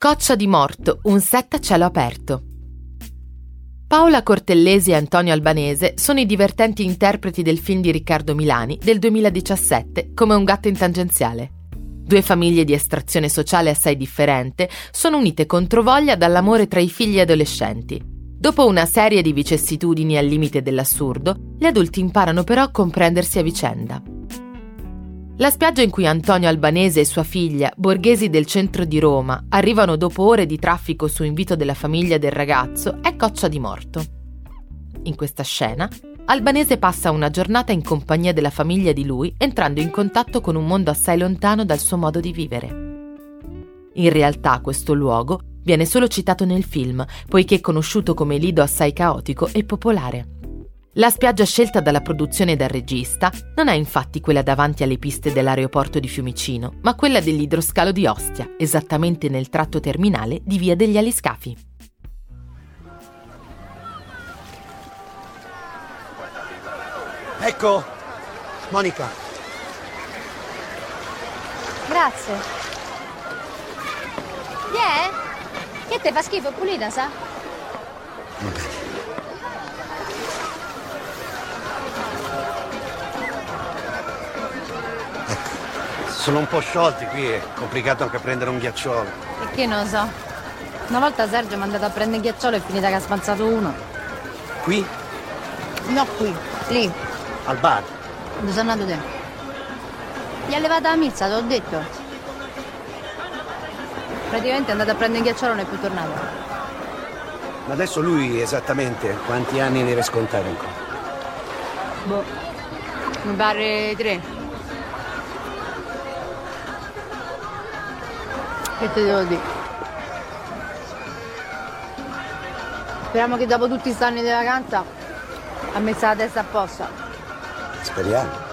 Coccia di morto, un set a cielo aperto. Paola Cortellesi e Antonio Albanese sono i divertenti interpreti del film di Riccardo Milani del 2017, Come un gatto in tangenziale. Due famiglie di estrazione sociale assai differente sono unite controvoglia dall'amore tra i figli adolescenti. Dopo una serie di vicissitudini al limite dell'assurdo, gli adulti imparano però a comprendersi a vicenda. La spiaggia in cui Antonio Albanese e sua figlia, borghesi del centro di Roma, arrivano dopo ore di traffico su invito della famiglia del ragazzo è Coccia di morto. In questa scena, Albanese passa una giornata in compagnia della famiglia di lui, entrando in contatto con un mondo assai lontano dal suo modo di vivere. In realtà questo luogo viene solo citato nel film, poiché è conosciuto come lido assai caotico e popolare. La spiaggia scelta dalla produzione e dal regista non è infatti quella davanti alle piste dell'aeroporto di Fiumicino, ma quella dell'idroscalo di Ostia, esattamente nel tratto terminale di Via degli Aliscafi. Ecco, Monica. Grazie. Che te fa schifo, è pulita, sa? Va bene. Sono un po' sciolti qui, è complicato anche prendere un ghiacciolo. E che non lo so. Una volta Sergio mi è andato a prendere il ghiacciolo e è finita che ha spazzato uno. Qui? No, qui, lì. Al bar? Dove sei andato te? Gli ha levata la milza, te l'ho detto. Praticamente è andato a prendere il ghiacciolo e non è più tornato. Ma adesso lui esattamente quanti anni deve scontare ancora? Boh, mi pare 3. Che te devo dire? Speriamo che dopo tutti questi anni di vacanza ha messo la testa a posto. Speriamo.